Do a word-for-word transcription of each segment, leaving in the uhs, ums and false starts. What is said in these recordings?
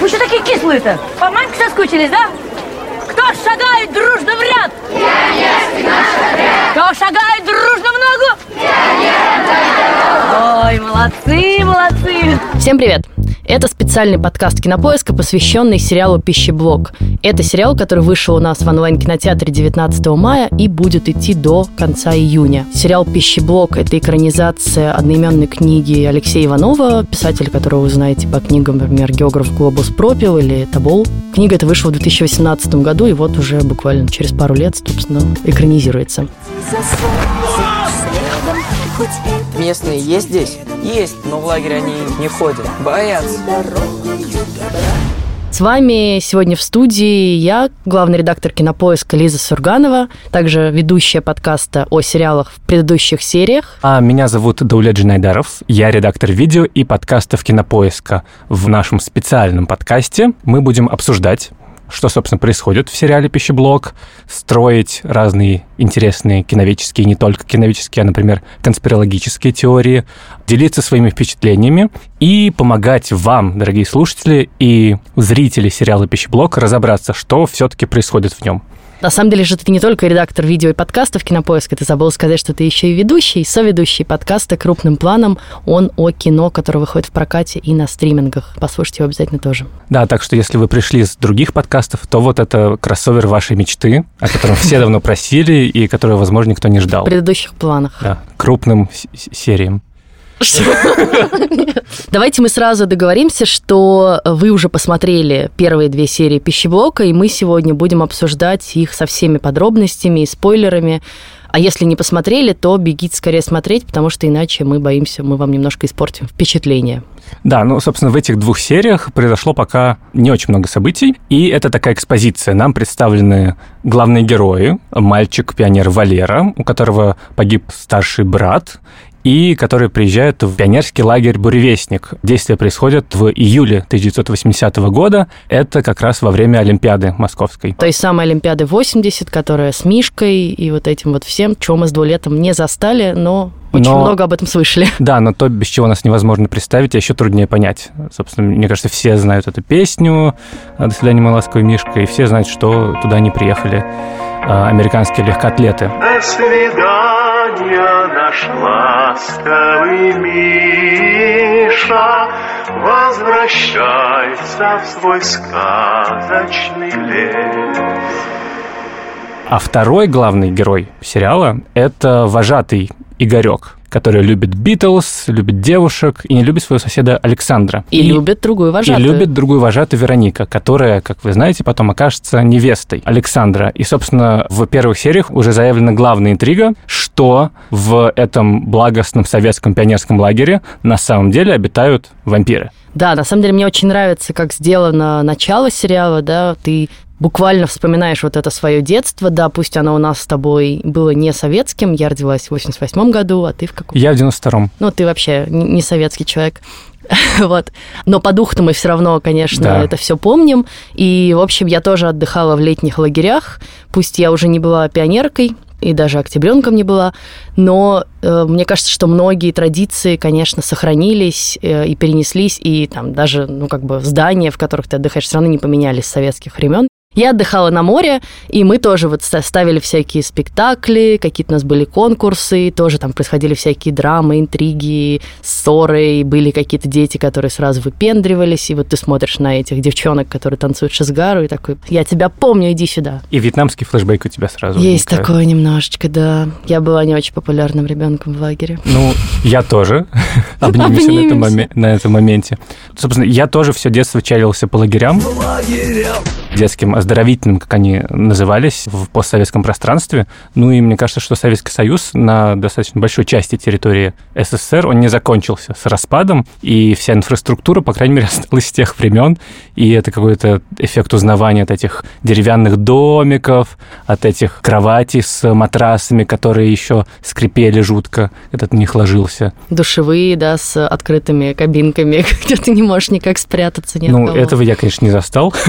Вы что такие кислые-то? По мамке соскучились, да? Кто шагает дружно в ряд? Пионерский наш отряд. Кто шагает дружно в ногу? Пионерский. Ой, молодцы, молодцы. Всем привет! Это специальный подкаст Кинопоиска, посвященный сериалу «Пищеблок». Это сериал, который вышел у нас в онлайн-кинотеатре девятнадцатого мая и будет идти до конца июня. Сериал «Пищеблок» — это экранизация одноименной книги Алексея Иванова, писателя, которого вы знаете по книгам, например, «Географ Глобус пропил» или «Тобол». Книга эта вышла в две тысячи восемнадцатом году, и вот уже буквально через пару лет, собственно, экранизируется. Местные есть здесь? Есть, но в лагерь они не ходят, боятся. С вами сегодня в студии я, главный редактор Кинопоиска Лиза Сурганова, также ведущая подкаста о сериалах в предыдущих сериях. А меня зовут Даулет Айдаров, я редактор видео и подкастов Кинопоиска. В нашем специальном подкасте мы будем обсуждать, что, собственно, происходит в сериале «Пищеблок», строить разные интересные киноведческие, не только киноведческие, а, например, конспирологические теории, делиться своими впечатлениями и помогать вам, дорогие слушатели и зрители сериала «Пищеблок», разобраться, что все-таки происходит в нем. На самом деле же ты не только редактор видео и подкастов Кинопоиска, ты забыл сказать, что ты еще и ведущий, соведущий подкаста «Крупным планом». Он о кино, которое выходит в прокате и на стримингах. Послушайте его обязательно тоже. Да, так что если вы пришли с других подкастов, то вот это кроссовер вашей мечты, о котором все давно просили и который, возможно, никто не ждал. В предыдущих планах. Да, крупным сериям. Давайте мы сразу договоримся, что вы уже посмотрели первые две серии «Пищеблока», и мы сегодня будем обсуждать их со всеми подробностями и спойлерами. А если не посмотрели, то бегите скорее смотреть, потому что иначе мы боимся, мы вам немножко испортим впечатление. Да, ну, собственно, в этих двух сериях произошло пока не очень много событий, и это такая экспозиция. Нам представлены главные герои. Мальчик-пионер Валера, у которого погиб старший брат, и который приезжает в пионерский лагерь «Буревестник». Действие происходит в июле тысяча девятьсот восьмидесятого года. Это как раз во время Олимпиады Московской. То есть самой Олимпиады восемьдесят, которая с Мишкой и вот этим вот всем, чего мы с Двулетом не застали, но очень но, много об этом слышали. Да, но то, без чего нас невозможно представить, а еще труднее понять. Собственно, мне кажется, все знают эту песню «До свидания, мой ласковый Мишка», и все знают, что туда не приехали американские легкоатлеты. До свидания, наш ласковый Миша, возвращайся в свой сказочный лес. А второй главный герой сериала – это вожатый Игорек, который любит Битлз, любит девушек и не любит своего соседа Александра. И, и любит другую вожатую. И любит другую вожатую Вероника, которая, как вы знаете, потом окажется невестой Александра. И, собственно, в первых сериях уже заявлена главная интрига, что в этом благостном советском пионерском лагере на самом деле обитают вампиры. Да, на самом деле мне очень нравится, как сделано начало сериала, да, ты буквально вспоминаешь вот это свое детство, да, пусть оно у нас с тобой было не советским, я родилась в восемьдесят восьмом году, а ты в каком? Я в девяносто втором. Ну, ты вообще не советский человек. Вот. Но по духу мы все равно, конечно, да. это все помним. И, в общем, я тоже отдыхала в летних лагерях, пусть я уже не была пионеркой, и даже октябренком не была, но э, мне кажется, что многие традиции, конечно, сохранились э, и перенеслись, и там даже, ну, как бы здания, в которых ты отдыхаешь, все равно не поменялись с советских времен. Я отдыхала на море, и мы тоже вот ставили всякие спектакли, какие-то у нас были конкурсы, тоже там происходили всякие драмы, интриги, ссоры, и были какие-то дети, которые сразу выпендривались, и вот ты смотришь на этих девчонок, которые танцуют шизгару, и такой: я тебя помню, иди сюда. И вьетнамский флешбэк у тебя сразу есть возникает. Такое немножечко, да. Я была не очень популярным ребенком в лагере. Ну, я тоже. Обнимемся на этом, моме- на этом моменте. Собственно, я тоже все детство чалился по лагерям. Детским оздоровительным, как они назывались, в постсоветском пространстве. Ну и мне кажется, что Советский Союз на достаточно большой части территории СССР, он не закончился с распадом, и вся инфраструктура, по крайней мере, осталась с тех времен, и это какой-то эффект узнавания от этих деревянных домиков, от этих кроватей с матрасами, которые еще скрипели жутко, когда ты в них ложился. Душевые, да, с открытыми кабинками, где ты не можешь никак спрятаться ни от Ну, кого. этого я, конечно, не застал.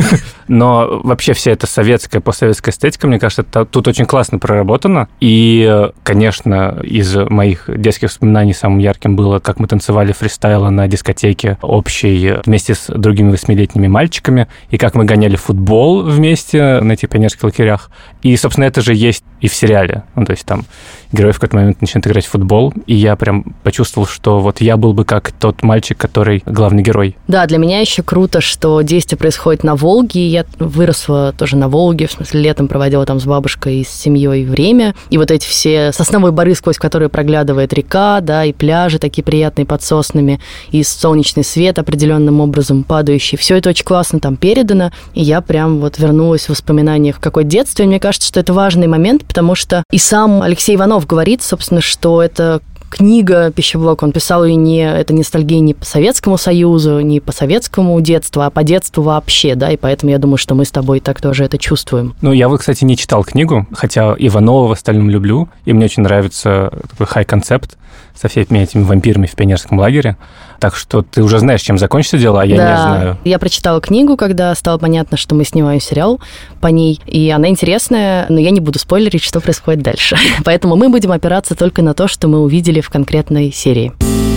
Но вообще вся эта советская, постсоветская эстетика, мне кажется, это, тут очень классно проработана. И, конечно, из моих детских воспоминаний самым ярким было, как мы танцевали фристайла на дискотеке общей вместе с другими восьмилетними мальчиками, и как мы гоняли футбол вместе на этих пионерских лагерях. И, собственно, это же есть и в сериале. Ну, то есть там герой в какой-то момент начинает играть в футбол, и я прям почувствовал, что вот я был бы как тот мальчик, который главный герой. Да, для меня еще круто, что действие происходит на Волге. Я выросла тоже на Волге, в смысле, летом проводила там с бабушкой и с семьей время. И вот эти все сосновые боры, сквозь которые проглядывает река, да, и пляжи такие приятные под соснами, и солнечный свет определенным образом падающий. Все это очень классно там передано, и я прям вот вернулась в воспоминаниях в какое-то детство. И мне кажется, что это важный момент, потому что и сам Алексей Иванов говорит, собственно, что это книга «Пищеблок», он писал ее не, это ностальгия не по Советскому Союзу, не по советскому детству, а по детству вообще, да, и поэтому я думаю, что мы с тобой так тоже это чувствуем. Ну, я вот, кстати, не читал книгу, хотя Иванова в остальном люблю, и мне очень нравится такой хай-концепт со всеми этими вампирами в пионерском лагере. Так что ты уже знаешь, чем закончится дело, а я да, не знаю. Я прочитала книгу, когда стало понятно, что мы снимаем сериал по ней, и она интересная, но я не буду спойлерить, что происходит дальше. Поэтому мы будем опираться только на то, что мы увидели в конкретной серии.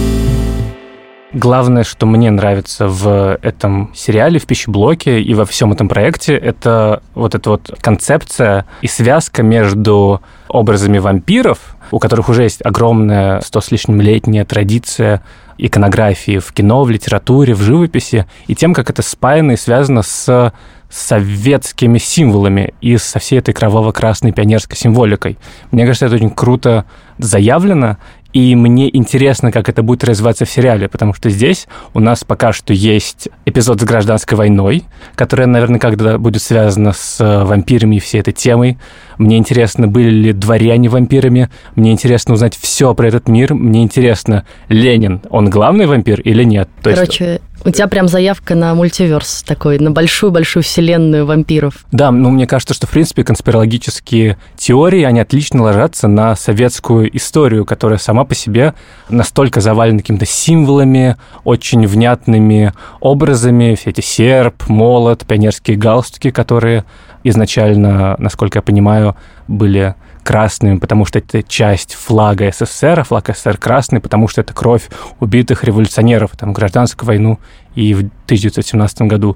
Главное, что мне нравится в этом сериале, в «Пищеблоке» и во всем этом проекте, это вот эта вот концепция и связка между образами вампиров, у которых уже есть огромная сто с лишним летняя традиция иконографии в кино, в литературе, в живописи, и тем, как это спаяно и связано с советскими символами и со всей этой кроваво-красной пионерской символикой. Мне кажется, это очень круто заявлено, и мне интересно, как это будет развиваться в сериале, потому что здесь у нас пока что есть эпизод с гражданской войной, которая, наверное, когда будет связана с вампирами и всей этой темой. Мне интересно, были ли дворяне вампирами, мне интересно узнать все про этот мир, мне интересно, Ленин, он главный вампир или нет? То Короче, есть... у тебя прям заявка на мультиверс такой, на большую-большую вселенную вампиров. Да, ну, мне кажется, что, в принципе, конспирологические теории, они отлично ложатся на советскую историю, которая сама по себе настолько завалена какими-то символами, очень внятными образами, все эти серп, молот, пионерские галстуки, которые изначально, насколько я понимаю, были красными, потому что это часть флага СССР, а флаг СССР красный, потому что это кровь убитых революционеров, там, гражданскую войну и в тысяча девятьсот семнадцатом году.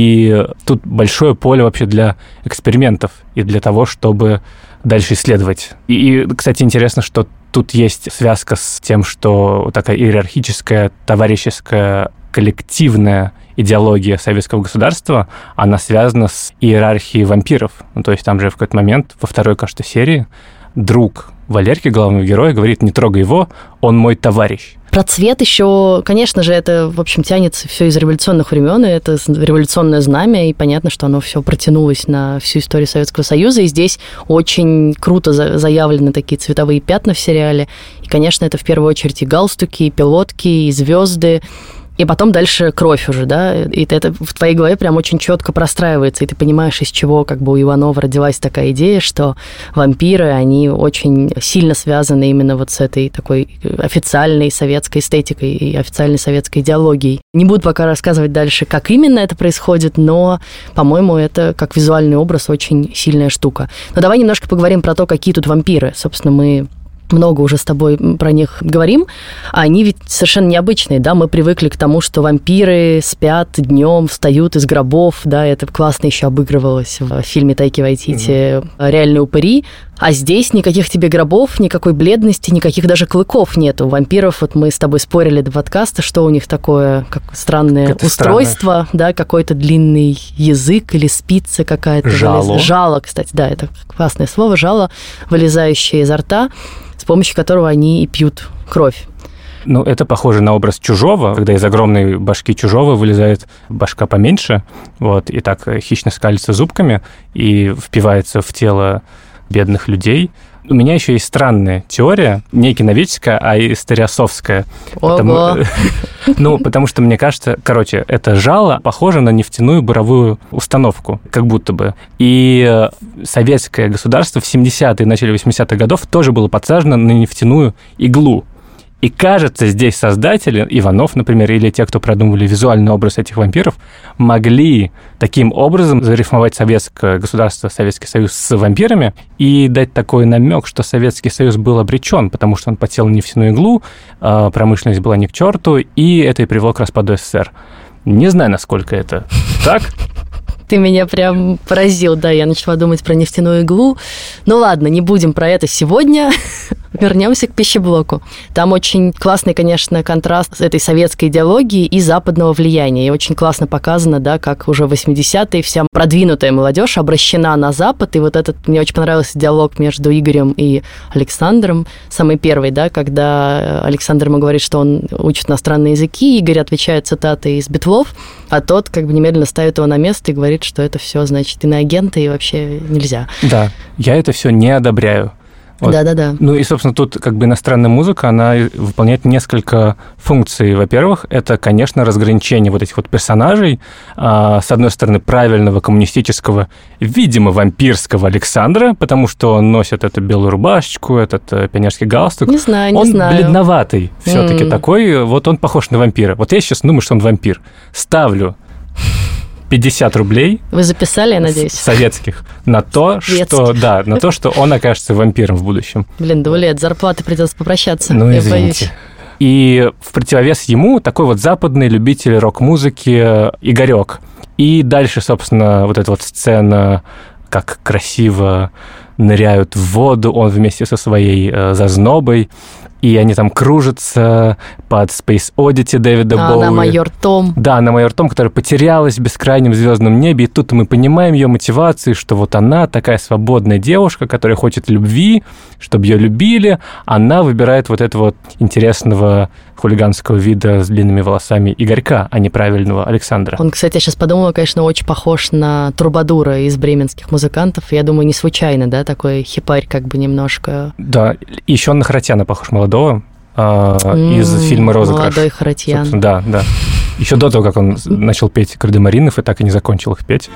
И тут большое поле вообще для экспериментов и для того, чтобы дальше исследовать. И, кстати, интересно, что тут есть связка с тем, что такая иерархическая, товарищеская, коллективная идеология советского государства, она связана с иерархией вампиров. Ну, то есть там же в какой-то момент, во второй, кажется, серии, друг Валерки, главного героя, говорит: не трогай его, он мой товарищ. Про цвет еще, конечно же, это, в общем, тянется все из революционных времен, и это революционное знамя, и понятно, что оно все протянулось на всю историю Советского Союза, и здесь очень круто заявлены такие цветовые пятна в сериале, и, конечно, это в первую очередь и галстуки, и пилотки, и звезды. И потом дальше кровь уже, да, и это в твоей голове прям очень четко простраивается, и ты понимаешь, из чего как бы у Иванова родилась такая идея, что вампиры, они очень сильно связаны именно вот с этой такой официальной советской эстетикой и официальной советской идеологией. Не буду пока рассказывать дальше, как именно это происходит, но, по-моему, это как визуальный образ очень сильная штука. Но давай немножко поговорим про то, какие тут вампиры. Собственно, мы много уже с тобой про них говорим, а они ведь совершенно необычные, да, мы привыкли к тому, что вампиры спят днем, встают из гробов, да, это классно еще обыгрывалось в фильме Тайки Вайтити mm-hmm. «Реальные упыри», а здесь никаких тебе гробов, никакой бледности, никаких даже клыков нету. У вампиров, вот мы с тобой спорили до подкаста, что у них такое как странное какое-то устройство, странное. Да, какой-то длинный язык или спица какая-то. Жало. Вылез... Жало, кстати, да, это классное слово, жало, вылезающее изо рта, с помощью которого они и пьют кровь. Ну, это похоже на образ Чужого, когда из огромной башки Чужого вылезает башка поменьше, вот, и так хищно скалится зубками и впивается в тело бедных людей. У меня еще есть странная теория, не киноведческая, а историософская. Потому, ну, потому что, мне кажется, короче, это жало похоже на нефтяную буровую установку, как будто бы. И советское государство в семидесятые, начале восьмидесятых годов тоже было подсажено на нефтяную иглу. И кажется, здесь создатели, Иванов, например, или те, кто продумывали визуальный образ этих вампиров, могли таким образом зарифмовать советское государство, Советский Союз с вампирами и дать такой намек, что Советский Союз был обречен, потому что он потел на нефтяную иглу, промышленность была ни к черту, и это и привело к распаду СССР. Не знаю, насколько это так. Ты меня прям поразил, да, я начала думать про нефтяную иглу. Ну ладно, не будем про это сегодня. Вернемся к пищеблоку. Там очень классный, конечно, контраст этой советской идеологии и западного влияния. И очень классно показано, да, как уже в восьмидесятые вся продвинутая молодежь обращена на Запад. И вот этот, мне очень понравился диалог между Игорем и Александром. Самый первый, да, когда Александр ему говорит, что он учит иностранные языки, Игорь отвечает цитатой из Битлов, а тот как бы немедленно ставит его на место и говорит, что это все, значит, иноагенты и вообще нельзя. Да, я это все не одобряю. Вот. Да-да-да. Ну и, собственно, тут как бы иностранная музыка, она выполняет несколько функций. Во-первых, это, конечно, разграничение вот этих вот персонажей. А, с одной стороны, правильного коммунистического, видимо, вампирского Александра, потому что он носит эту белую рубашечку, этот пионерский галстук. Не знаю, не он знаю. Он бледноватый все-таки Mm. такой, вот он похож на вампира. Вот я сейчас думаю, что он вампир. Ставлю пятьдесят рублей. Вы записали, я надеюсь? Советских. На то, что, да, на то, что он окажется вампиром в будущем. Блин, да, Ули, от зарплаты придется попрощаться. Ну, я извините. боюсь. И в противовес ему такой вот западный любитель рок-музыки Игорек. И дальше, собственно, вот эта вот сцена, как красиво ныряют в воду, он вместе со своей э, зазнобой, и они там кружатся под Space Oddity Дэвида а, Боуи. на майор Том. Да, на майор Том, которая потерялась в бескрайнем звездном небе, и тут мы понимаем ее мотивацию, что вот она такая свободная девушка, которая хочет любви, чтобы ее любили, она выбирает вот этого вот интересного хулиганского вида с длинными волосами Игорька, а не правильного Александра. Он, кстати, я сейчас подумала, конечно, очень похож на Трубадура из бременских музыкантов. Я думаю, не случайно, да, такой хипарь как бы немножко. Да, еще на Харатьяна похож, молодого, э, mm, из фильма «Розыгрыш». Молодой Харатьян. Собственно, да, да. Еще до того, как он начал петь «Кардемаринов» и так и не закончил их петь.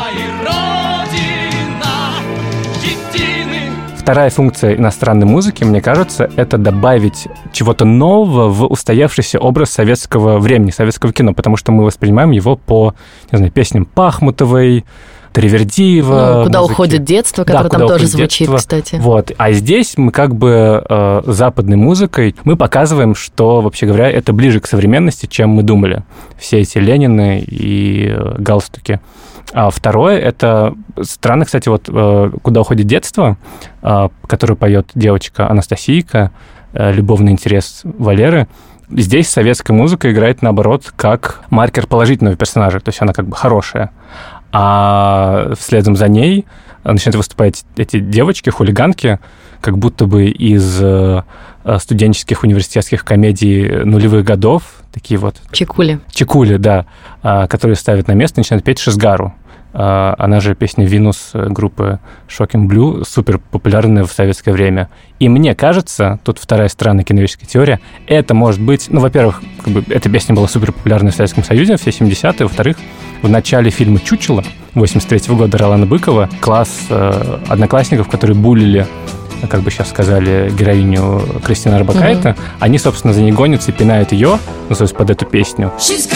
Вторая функция иностранной музыки, мне кажется, это добавить чего-то нового в устоявшийся образ советского времени, советского кино, потому что мы воспринимаем его по, не знаю, песням Пахмутовой, Тривердиева. Ну, «Куда музыки. уходит детство», которое да, там тоже детство. звучит, кстати. Вот. А здесь мы как бы э, западной музыкой мы показываем, что, вообще говоря, это ближе к современности, чем мы думали. Все эти Ленины и э, галстуки. А второе, это странно, кстати, вот «Куда уходит детство», которую поет девочка Анастасийка, любовный интерес Валеры. Здесь советская музыка играет, наоборот, как маркер положительного персонажа, то есть она как бы хорошая. А следом за ней начинают выступать эти девочки, хулиганки, как будто бы из студенческих университетских комедий нулевых годов, такие вот... Чекули. Чекули, да, которые ставят на место и начинают петь Шизгару. Она же песня «Винус» группы Shocking Blue, супер популярная в советское время. И мне кажется, тут вторая сторона киноведческой теории, это может быть... Ну, во-первых, как бы, эта песня была супер популярна в Советском Союзе в все семидесятые. Во-вторых, в начале фильма «Чучело» восемьдесят третьего года Ролана Быкова класс э, одноклассников, которые буллили, как бы сейчас сказали, героиню Кристины Орбакайте, mm-hmm. они, собственно, за ней гонятся и пинают ее, ну, то есть под эту песню.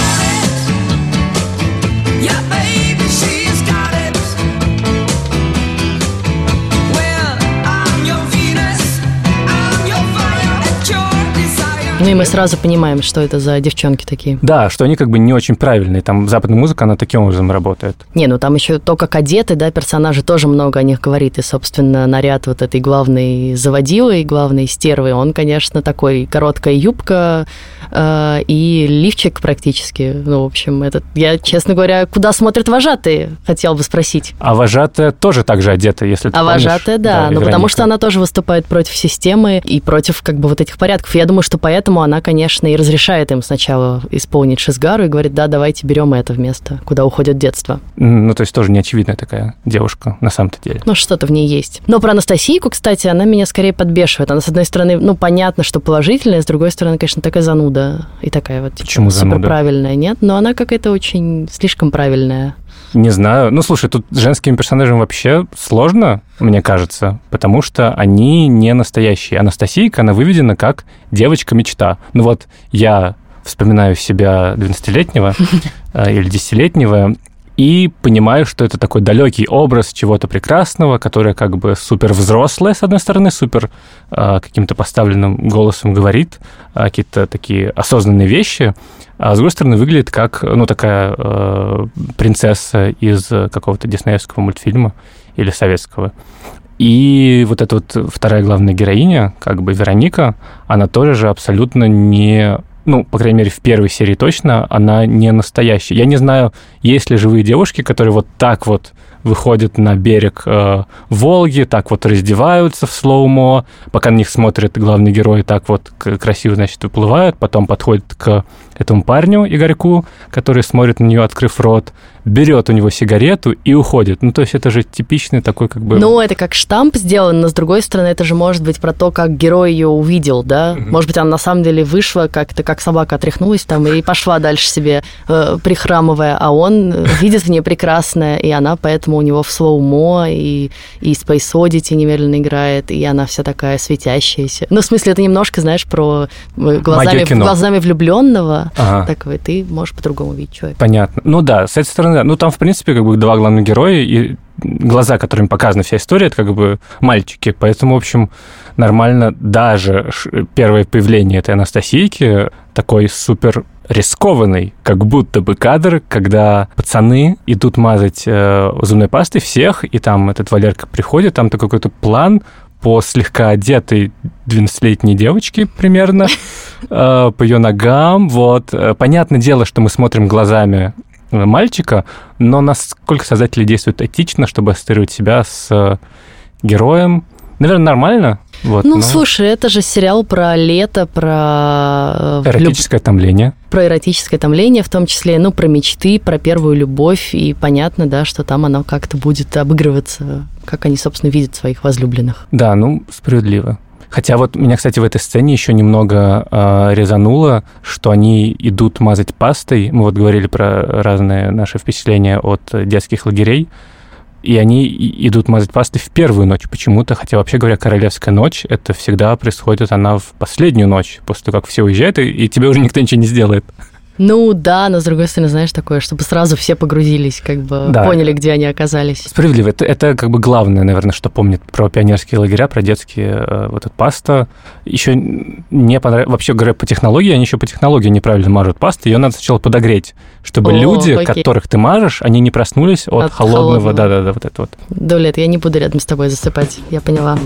Ну и мы сразу понимаем, что это за девчонки такие. Да, что они как бы не очень правильные. Там западная музыка, она таким образом работает. Не, ну там еще то, как одеты, да, персонажи, тоже много о них говорит. И, собственно, наряд вот этой главной заводилы, главной стервы, он, конечно, такой, короткая юбка э, и лифчик практически. Ну, в общем, это, я, честно говоря, куда смотрят вожатые, хотел бы спросить. А вожатая тоже так же одета, если ты А помнишь. вожатая, да, да ну потому что она тоже выступает против системы и против как бы вот этих порядков. Я думаю, что поэтому она, конечно, и разрешает им сначала исполнить Шизгару и говорит, да, давайте берем это вместо «Куда уходит детство». Ну, то есть тоже неочевидная такая девушка на самом-то деле. Ну, что-то в ней есть. Но про Анастасийку, кстати, она меня скорее подбешивает. Она, с одной стороны, ну, понятно, что положительная, с другой стороны, конечно, такая зануда. И такая вот, типа, Почему зануда? суперправильная, нет? Но она какая-то очень слишком правильная. Не знаю. Ну, слушай, тут женским персонажам вообще сложно, мне кажется, потому что они не настоящие. Анастасийка, она выведена как девочка-мечта. Ну вот я вспоминаю себя двенадцатилетнего или десятилетнего, и понимаю, что это такой далекий образ чего-то прекрасного, которое как бы супер взрослое, с одной стороны, супер э, каким-то поставленным голосом говорит э, какие-то такие осознанные вещи, а с другой стороны выглядит как, ну, такая э, принцесса из какого-то диснеевского мультфильма или советского. И вот эта вот вторая главная героиня, как бы Вероника, она тоже же абсолютно не... Ну, по крайней мере, в первой серии точно, она не настоящая. Я не знаю, есть ли живые девушки, которые вот так вот выходят на берег э, Волги, так вот раздеваются в слоумо, пока на них смотрят главные герои, так вот красиво, значит, выплывают, потом подходят к этому парню, Игорьку, который смотрит на нее, открыв рот, берет у него сигарету и уходит. Ну, то есть это же типичный такой как бы... Ну, это как штамп сделан, но, с другой стороны, это же может быть про то, как герой ее увидел, да? Mm-hmm. Может быть, она на самом деле вышла как-то, как собака отряхнулась там и пошла дальше себе, э, прихрамывая, а он видит в ней прекрасное, и она поэтому у него в слоумо, и, и Space Oddity немедленно играет, и она вся такая светящаяся. Ну, в смысле, это немножко, знаешь, про глазами, глазами влюбленного. Ага. Такой, ты можешь по-другому видеть человека. Понятно. Ну да, с этой стороны, да. Ну там, в принципе, как бы два главных героя, и глаза, которыми показана вся история, это как бы мальчики. Поэтому, в общем, нормально даже первое появление этой Анастасийки такой супер рискованный, как будто бы кадр, когда пацаны идут мазать э, зубной пастой всех, и там этот Валерка приходит, там такой какой-то план по слегка одетой двенадцатилетней девочке примерно, э, по ее ногам, вот. Понятное дело, что мы смотрим глазами мальчика, но насколько создатели действуют этично, чтобы ассоциировать себя с героем, наверное, нормально. Вот, ну, но... слушай, это же сериал про лето, про... Эротическое Люб... томление. Про эротическое томление, в том числе, ну, про мечты, про первую любовь, и понятно, да, что там оно как-то будет обыгрываться, как они, собственно, видят своих возлюбленных. Да, ну, справедливо. Хотя вот меня, кстати, в этой сцене еще немного э, резануло, что они идут мазать пастой. Мы вот говорили про разные наши впечатления от детских лагерей. И они идут мазать пастой в первую ночь почему-то, хотя, вообще говоря, королевская ночь, это всегда происходит она в последнюю ночь, после того, как все уезжают, и, и тебе уже никто ничего не сделает. Ну да, но с другой стороны, знаешь, такое, чтобы сразу все погрузились, как бы да. Поняли, где они оказались. Справедливо. Это, это как бы главное, наверное, что помнят про пионерские лагеря, про детские, вот эта паста. Еще не понравилось. Вообще, говоря по технологии, они еще по технологии неправильно мажут пасту, ее надо сначала подогреть, чтобы О, люди, окей. которых ты мажешь, они не проснулись от, от холодного, да-да-да, вот это вот. Дулет, я не буду рядом с тобой засыпать, я поняла.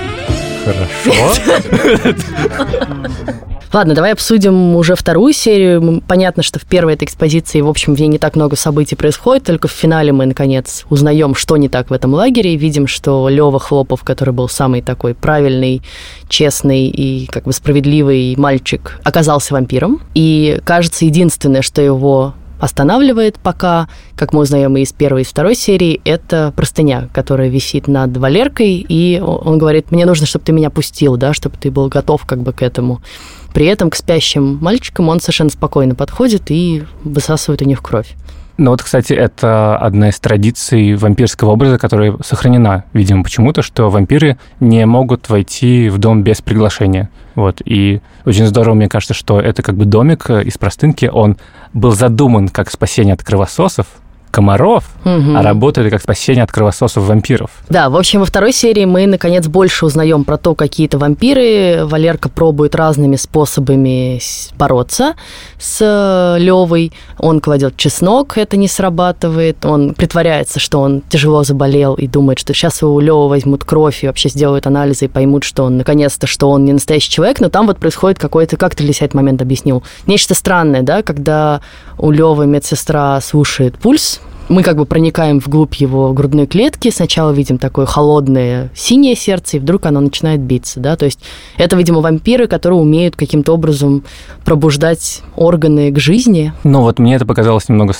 Хорошо. Ладно, давай обсудим уже вторую серию. Понятно, что в первой этой экспозиции, в общем, в ней не так много событий происходит, только в финале мы, наконец, узнаем, что не так в этом лагере, и видим, что Лёва Хлопов, который был самый такой правильный, честный и как бы справедливый мальчик, оказался вампиром. И, кажется, единственное, что его останавливает пока, как мы узнаем и из первой, и из второй серии, это простыня, которая висит над Валеркой, и он говорит, мне нужно, чтобы ты меня пустил, да, чтобы ты был готов как бы к этому. При этом к спящим мальчикам он совершенно спокойно подходит и высасывает у них кровь. Ну вот, кстати, это одна из традиций вампирского образа, которая сохранена, видимо, почему-то, что вампиры не могут войти в дом без приглашения. Вот. И очень здорово, мне кажется, что это как бы домик из простынки, он был задуман как спасение от кровососов, комаров, угу. а работает как спасение от кровососов вампиров. Да, в общем, во второй серии мы, наконец, больше узнаем про то, какие-то вампиры. Валерка пробует разными способами бороться с Лёвой. Он кладет чеснок, это не срабатывает. Он притворяется, что он тяжело заболел и думает, что сейчас у Лёвы возьмут кровь и вообще сделают анализы и поймут, что он, наконец-то, что он не настоящий человек. Но там вот происходит какой-то, как ты для себя этот момент объяснил, нечто странное, да, когда у Лёвы медсестра слушает пульс. Мы как бы проникаем вглубь его грудной клетки, сначала видим такое холодное синее сердце, и вдруг оно начинает биться, да, то есть это, видимо, вампиры, которые умеют каким-то образом пробуждать органы к жизни. Ну вот мне это показалось немного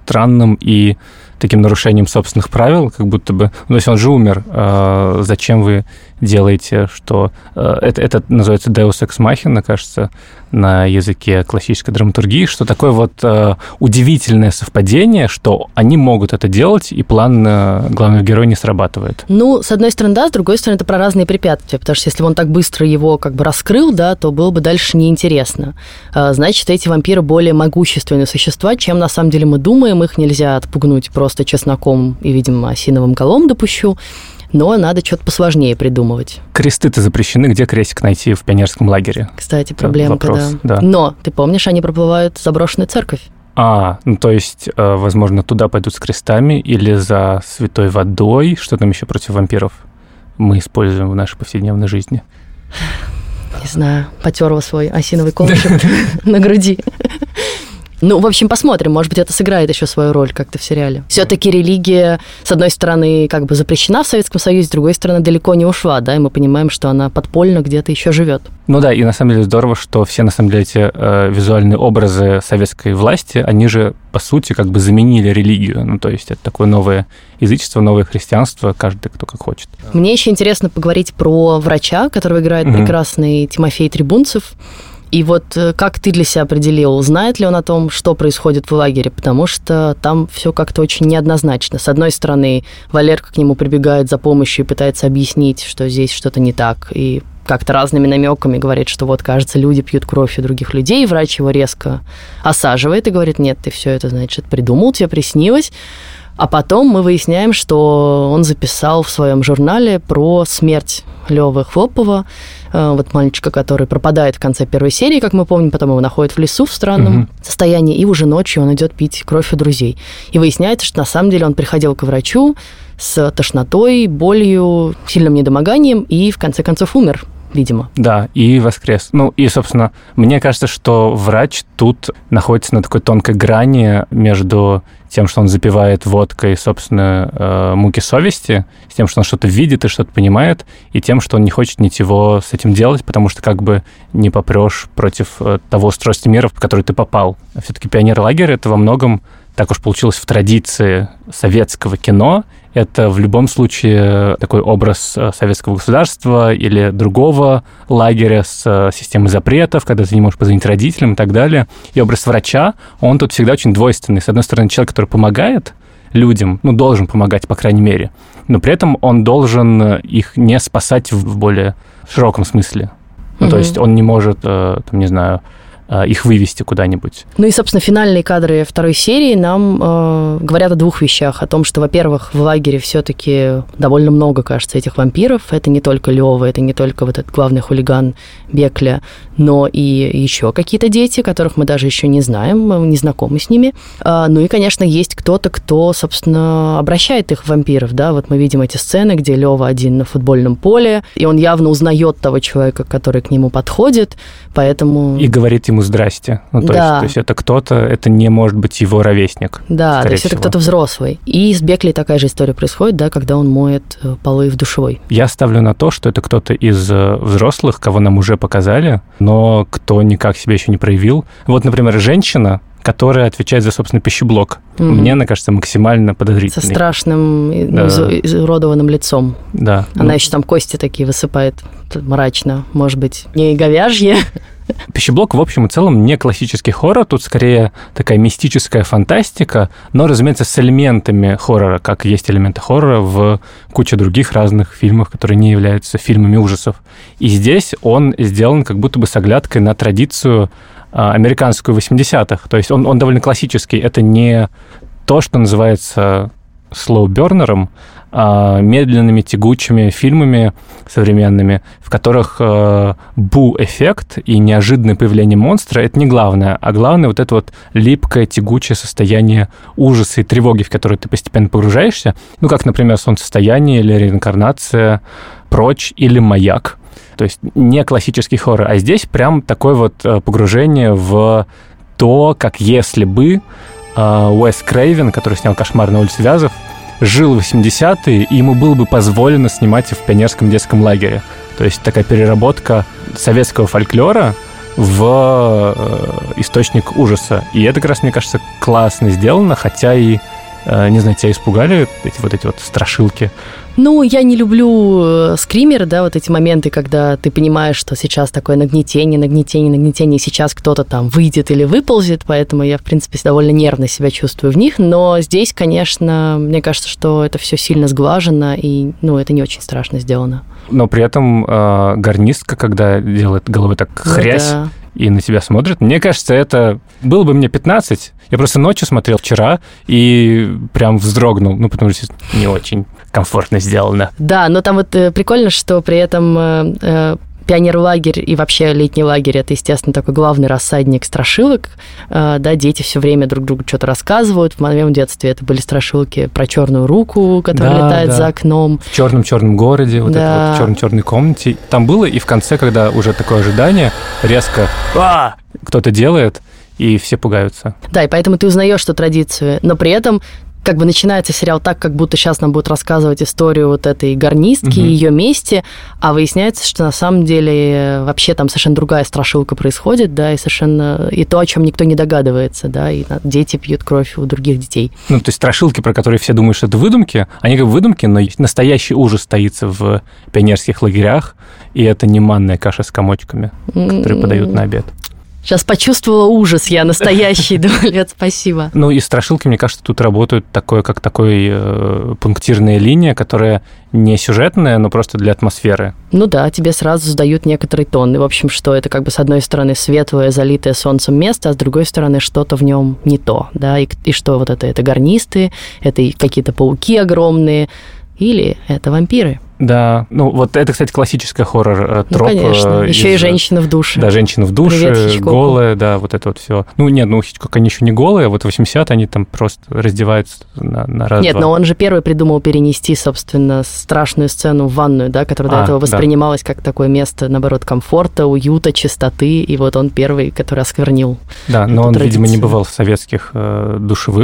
странным и таким нарушением собственных правил, как будто бы... Ну, то есть он же умер. Э, зачем вы делаете, что... Э, это, это называется Deus Ex Machina, кажется, на языке классической драматургии, что такое вот э, удивительное совпадение, что они могут это делать, и план э, главного героя не срабатывает. Ну, с одной стороны, да, с другой стороны, это про разные препятствия, потому что если бы он так быстро его как бы раскрыл, да, то было бы дальше неинтересно. Э, значит, эти вампиры более могущественные существа, чем на самом деле мы думаем, их нельзя отпугнуть просто чесноком и, видимо, осиновым колом допущу, но надо что-то посложнее придумывать. Кресты-то запрещены. Где крестик найти в пионерском лагере? Кстати, проблемка, вопрос, да. да. Но, ты помнишь, они проплывают заброшенную церковь. А, ну то есть, возможно, туда пойдут с крестами или за святой водой. Что там еще против вампиров мы используем в нашей повседневной жизни? Не знаю, потерла свой осиновый колышек на груди. Ну, в общем, посмотрим. Может быть, это сыграет еще свою роль как-то в сериале. Все-таки религия, с одной стороны, как бы запрещена в Советском Союзе, с другой стороны, далеко не ушла, да, и мы понимаем, что она подпольно где-то еще живет. Ну да, и на самом деле здорово, что все, на самом деле, эти э, визуальные образы советской власти, они же, по сути, как бы заменили религию. Ну, то есть это такое новое язычество, новое христианство, каждый кто как хочет. Мне еще интересно поговорить про врача, которого играет mm-hmm. прекрасный Тимофей Трибунцев. И вот как ты для себя определил, знает ли он о том, что происходит в лагере? Потому что там все как-то очень неоднозначно. С одной стороны, Валерка к нему прибегает за помощью и пытается объяснить, что здесь что-то не так, и как-то разными намеками говорит, что вот, кажется, люди пьют кровь у других людей, и врач его резко осаживает и говорит: нет, ты все это, значит, придумал, тебе приснилось. А потом мы выясняем, что он записал в своем журнале про смерть Лёвы Хлопова, вот мальчика, который пропадает в конце первой серии, как мы помним, потом его находят в лесу в странном mm-hmm. состоянии, и уже ночью он идет пить кровь у друзей. И выясняется, что на самом деле он приходил к врачу с тошнотой, болью, сильным недомоганием и в конце концов умер, видимо. Да, и воскрес. Ну, и, собственно, мне кажется, что врач тут находится на такой тонкой грани между тем, что он запивает водкой, собственно, муки совести, с тем, что он что-то видит и что-то понимает, и тем, что он не хочет ничего с этим делать, потому что как бы не попрешь против того устройства мира, в который ты попал. Все-таки пионер-лагерь — это во многом, так уж получилось в традиции советского кино, это в любом случае такой образ советского государства или другого лагеря с системой запретов, когда ты не можешь позвонить родителям и так далее. И образ врача, он тут всегда очень двойственный. С одной стороны, человек, который помогает людям, ну, должен помогать, по крайней мере, но при этом он должен их не спасать в более широком смысле. Ну, mm-hmm. то есть он не может, там, не знаю, их вывести куда-нибудь. Ну и, собственно, финальные кадры второй серии нам э, говорят о двух вещах. О том, что, во-первых, в лагере все-таки довольно много, кажется, этих вампиров. Это не только Лёва, это не только вот этот главный хулиган Бекля, но и еще какие-то дети, которых мы даже еще не знаем, мы не знакомы с ними. А, ну и, конечно, есть кто-то, кто, собственно, обращает их в вампиров. Да? Вот мы видим эти сцены, где Лёва один на футбольном поле, и он явно узнает того человека, который к нему подходит, поэтому... И говорит ему «здрасте». Ну, то, да. есть, то есть это кто-то, это не может быть его ровесник. Да, то есть всего. Это кто-то взрослый. И с Беклей такая же история происходит, да, когда он моет полы в душевой. Я ставлю на то, что это кто-то из взрослых, кого нам уже показали, но кто никак себя еще не проявил. Вот, например, женщина, которая отвечает за, собственно, пищеблок. Mm-hmm. Мне она кажется максимально подозрительной. Со страшным, да. изуродованным лицом. Да. Она ну... еще там кости такие высыпает мрачно. Может быть, не говяжье. Пищеблок, в общем и целом, не классический хоррор, тут скорее такая мистическая фантастика, но, разумеется, с элементами хоррора, как есть элементы хоррора в куче других разных фильмов, которые не являются фильмами ужасов. И здесь он сделан как будто бы с оглядкой на традицию американскую восьмидесятых. То есть он, он довольно классический. Это не то, что называется слоу-бернером, а медленными, тягучими фильмами современными, в которых э, бу-эффект и неожиданное появление монстра — это не главное, а главное вот это вот липкое, тягучее состояние ужаса и тревоги, в которое ты постепенно погружаешься. Ну, как, например, «Солнцестояние» или «Реинкарнация», «Прочь» или «Маяк». То есть не классический хоррор, а здесь прям такое вот погружение в то, как если бы Уэс Крейвен, который снял «Кошмар на улице Вязов», жил в восьмидесятые, и ему было бы позволено снимать в пионерском детском лагере. То есть такая переработка советского фольклора в источник ужаса. И это, как раз, мне кажется, классно сделано, хотя и, не знаю, тебя испугали эти вот эти вот страшилки? Ну, я не люблю скримеры, да, вот эти моменты, когда ты понимаешь, что сейчас такое нагнетение, нагнетение, нагнетение, и сейчас кто-то там выйдет или выползет, поэтому я, в принципе, довольно нервно себя чувствую в них, но здесь, конечно, мне кажется, что это все сильно сглажено, и, ну, это не очень страшно сделано. Но при этом э, гарнистка, когда делает головой так хрясь, ну, да. и на тебя смотрит, мне кажется, это... Было бы мне пятнадцать, я просто ночью смотрел вчера и прям вздрогнул, ну, потому что не очень комфортно сделано. Да, но там вот э, прикольно, что при этом э, пионерлагерь и вообще летний лагерь – это, естественно, такой главный рассадник страшилок. Э, да, дети все время друг другу что-то рассказывают. В моем детстве это были страшилки про черную руку, которая да, летает да. за окном. В черном-черном городе, вот да. это вот в черной-черной комнате. Там было, и в конце, когда уже такое ожидание, резко «А!» кто-то делает, и все пугаются. Да, и поэтому ты узнаешь эту традицию, но при этом как бы начинается сериал так, как будто сейчас нам будут рассказывать историю вот этой гарнистки и угу. ее мести, а выясняется, что на самом деле вообще там совершенно другая страшилка происходит, да, и совершенно и то, о чем никто не догадывается, да, и дети пьют кровь у других детей. Ну, то есть страшилки, про которые все думают, что это выдумки, они как выдумки, но настоящий ужас таится в пионерских лагерях, и это не манная каша с комочками, которые подают на обед. Сейчас почувствовала ужас я настоящий, думаю, Лет, спасибо. Ну, и страшилки, мне кажется, тут работают такое, как такой э, пунктирная линия, которая не сюжетная, но просто для атмосферы. Ну да, тебе сразу задают некоторый тон. И, в общем, что это как бы с одной стороны светлое, залитое солнцем место, а с другой стороны что-то в нем не то, да, и, и что вот это? Это гарнисты, это какие-то пауки огромные, или это вампиры. Да, ну вот это, кстати, классическая хоррор-троп. Ну, конечно, еще из... и женщина в душе. Да, женщина в душе, голая, да, вот это вот все. Ну, нет, ну, Хичкок, они еще не голые, а вот в восьмидесятые они там просто раздеваются на, на раз-два. Нет, но он же первый придумал перенести, собственно, страшную сцену в ванную, да, которая а, до этого воспринималась да. как такое место, наоборот, комфорта, уюта, чистоты, и вот он первый, который осквернил. Да, но он, традицию. Видимо, не бывал в советских э, душевых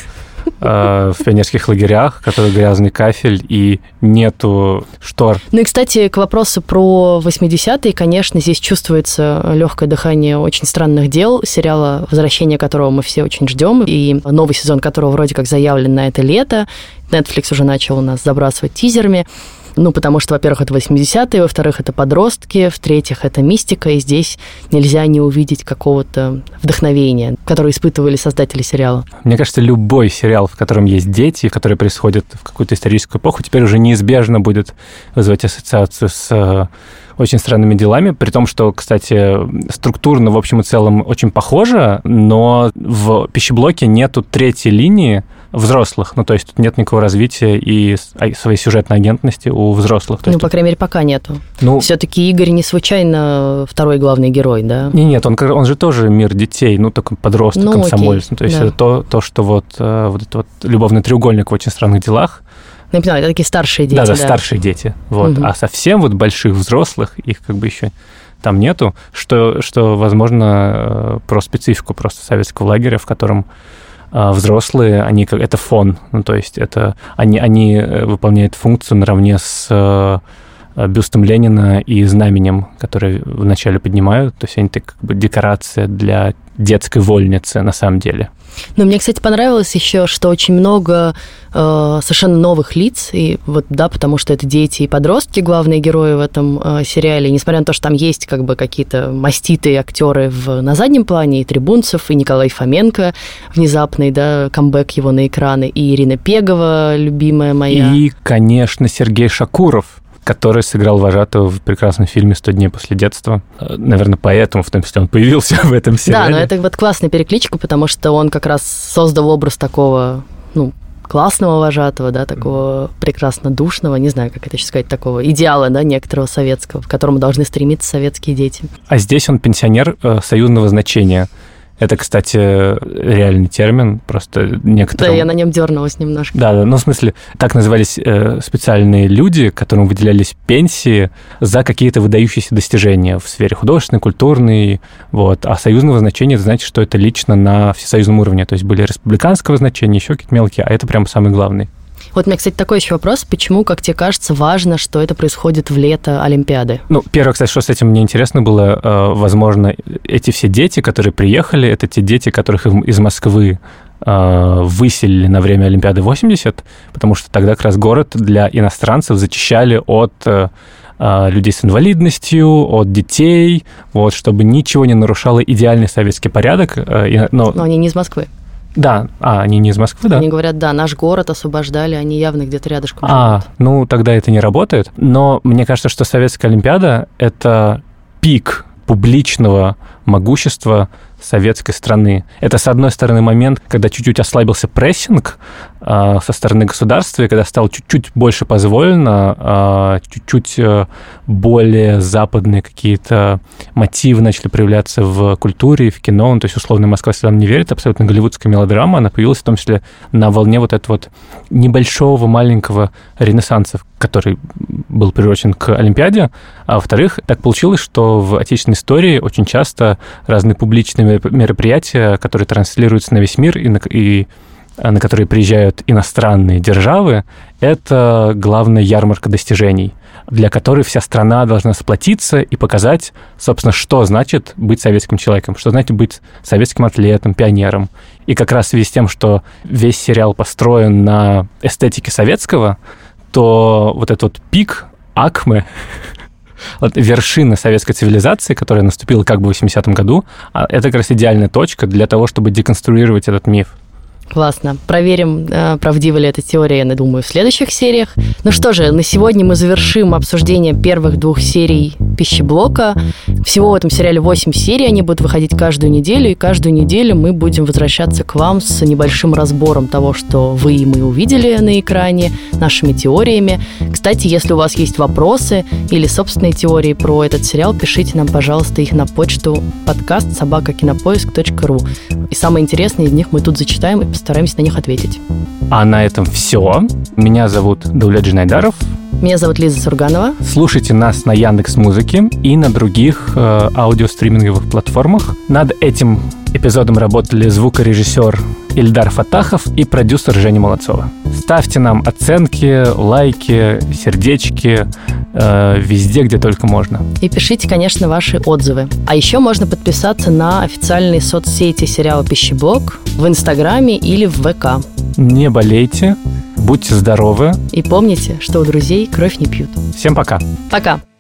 в пионерских лагерях, который грязный кафель, и нету штор. Ну и, кстати, к вопросу про восьмидесятые, конечно, здесь чувствуется легкое дыхание «Очень странных дел», сериала, возвращение которого мы все очень ждем, и новый сезон которого вроде как заявлен на это лето. Netflix уже начал нас забрасывать тизерами. Ну, потому что, во-первых, это восьмидесятые, во-вторых, это подростки, в-третьих, это мистика, и здесь нельзя не увидеть какого-то вдохновения, которое испытывали создатели сериала. Мне кажется, любой сериал, в котором есть дети, которые происходят в какую-то историческую эпоху, теперь уже неизбежно будет вызывать ассоциацию с очень странными делами, при том, что, кстати, структурно, в общем и целом, очень похоже, но в пищеблоке нету третьей линии взрослых, ну, то есть тут нет никакого развития и своей сюжетной агентности у взрослых. То ну, есть по тут... крайней мере, пока нету. Ну, все-таки Игорь не случайно второй главный герой, да? Не, нет, он, он же тоже мир детей, ну, только подросток, ну, комсомолец. Ну, то есть да. это то, то, что вот, вот этот вот любовный треугольник в «Очень странных делах». Ну, я понимаю, это такие старшие дети. Да, да, да. старшие дети. Вот. Угу. А совсем вот больших взрослых, их как бы еще там нету, что, что возможно, про специфику просто советского лагеря, в котором взрослые, они как это фон, ну, то есть это они, они выполняют функцию наравне с бюстом Ленина и знаменем, которые вначале поднимают, то есть они как бы декорация для детской вольницы на самом деле. Но мне, кстати, понравилось еще, что очень много э, совершенно новых лиц, и вот, да, потому что это дети и подростки, главные герои в этом э, сериале, несмотря на то, что там есть как бы какие-то маститые актеры в, на заднем плане, и Трибунцев, и Николай Фоменко, внезапный, да, камбэк его на экраны, и Ирина Пегова, любимая моя. И, конечно, Сергей Шакуров, который сыграл вожатого в прекрасном фильме «сто дней после детства». Наверное, поэтому, в том числе, он появился в этом сериале. Да, но это вот классная перекличка, потому что он как раз создал образ такого, ну, классного вожатого, да, такого прекрасно душного, не знаю, как это еще сказать, такого идеала, да, некоторого советского, к которому должны стремиться советские дети. А здесь он пенсионер э, союзного значения. Это, кстати, реальный термин, просто некоторым... Да, я на нем дернулась немножко. Да, да, ну, в смысле, так назывались э, специальные люди, которым выделялись пенсии за какие-то выдающиеся достижения в сфере художественной, культурной, вот. А союзного значения, это значит, что это лично на всесоюзном уровне, то есть были республиканского значения, еще какие-то мелкие, а это прям самый главный. Вот у меня, кстати, такой еще вопрос. Почему, как тебе кажется, важно, что это происходит в лето Олимпиады? Ну, первое, кстати, что с этим мне интересно было, возможно, эти все дети, которые приехали, это те дети, которых из Москвы выселили на время Олимпиады восемьдесят, потому что тогда как раз город для иностранцев зачищали от людей с инвалидностью, от детей, вот, чтобы ничего не нарушало идеальный советский порядок. Но, Но они не из Москвы. Да, а, они не из Москвы, да? Они говорят, да, наш город освобождали, они явно где-то рядышком а, живут. Ну, тогда это не работает. Но мне кажется, что Советская Олимпиада — это пик публичного могущества советской страны. Это, с одной стороны, момент, когда чуть-чуть ослабился прессинг э, со стороны государства, и когда стало чуть-чуть больше позволено, э, чуть-чуть э, более западные какие-то мотивы начали проявляться в культуре, в кино. Ну, то есть, условно, «Москва слезам не верит», абсолютно голливудская мелодрама, она появилась в том числе на волне вот этого вот небольшого, маленького ренессанса, который был приурочен к Олимпиаде. А во-вторых, так получилось, что в отечественной истории очень часто разные публичные мероприятия, которые транслируются на весь мир и на, и на которые приезжают иностранные державы, это главная ярмарка достижений, для которой вся страна должна сплотиться и показать, собственно, что значит быть советским человеком, что значит быть советским атлетом, пионером. И как раз в связи с тем, что весь сериал построен на эстетике советского, то вот этот вот пик, акме, вот вершина советской цивилизации, которая наступила как бы в восьмидесятом году, это как раз идеальная точка для того, чтобы деконструировать этот миф. Классно. Проверим, правдива ли эта теория, я думаю, в следующих сериях. Ну что же, на сегодня мы завершим обсуждение первых двух серий «Пищеблока». Всего в этом сериале восемь серий, они будут выходить каждую неделю, и каждую неделю мы будем возвращаться к вам с небольшим разбором того, что вы и мы увидели на экране, нашими теориями. Кстати, если у вас есть вопросы или собственные теории про этот сериал, пишите нам, пожалуйста, их на почту подкаст собака кинопоиск точка ру. И самое интересное из них мы тут зачитаем и постараемся на них ответить. А на этом все. Меня зовут Даулет Джинайдаров. Меня зовут Лиза Сурганова. Слушайте нас на Яндекс.Музыке и на других э, аудиостриминговых платформах. Над этим эпизодом работали звукорежиссер Ильдар Фатахов и продюсер Женя Молодцова. Ставьте нам оценки, лайки, сердечки э, везде, где только можно. И пишите, конечно, ваши отзывы. А еще можно подписаться на официальные соцсети сериала «Пищеблок» в Инстаграме или в ВК. Не болейте, будьте здоровы. И помните, что у друзей кровь не пьют. Всем пока. Пока.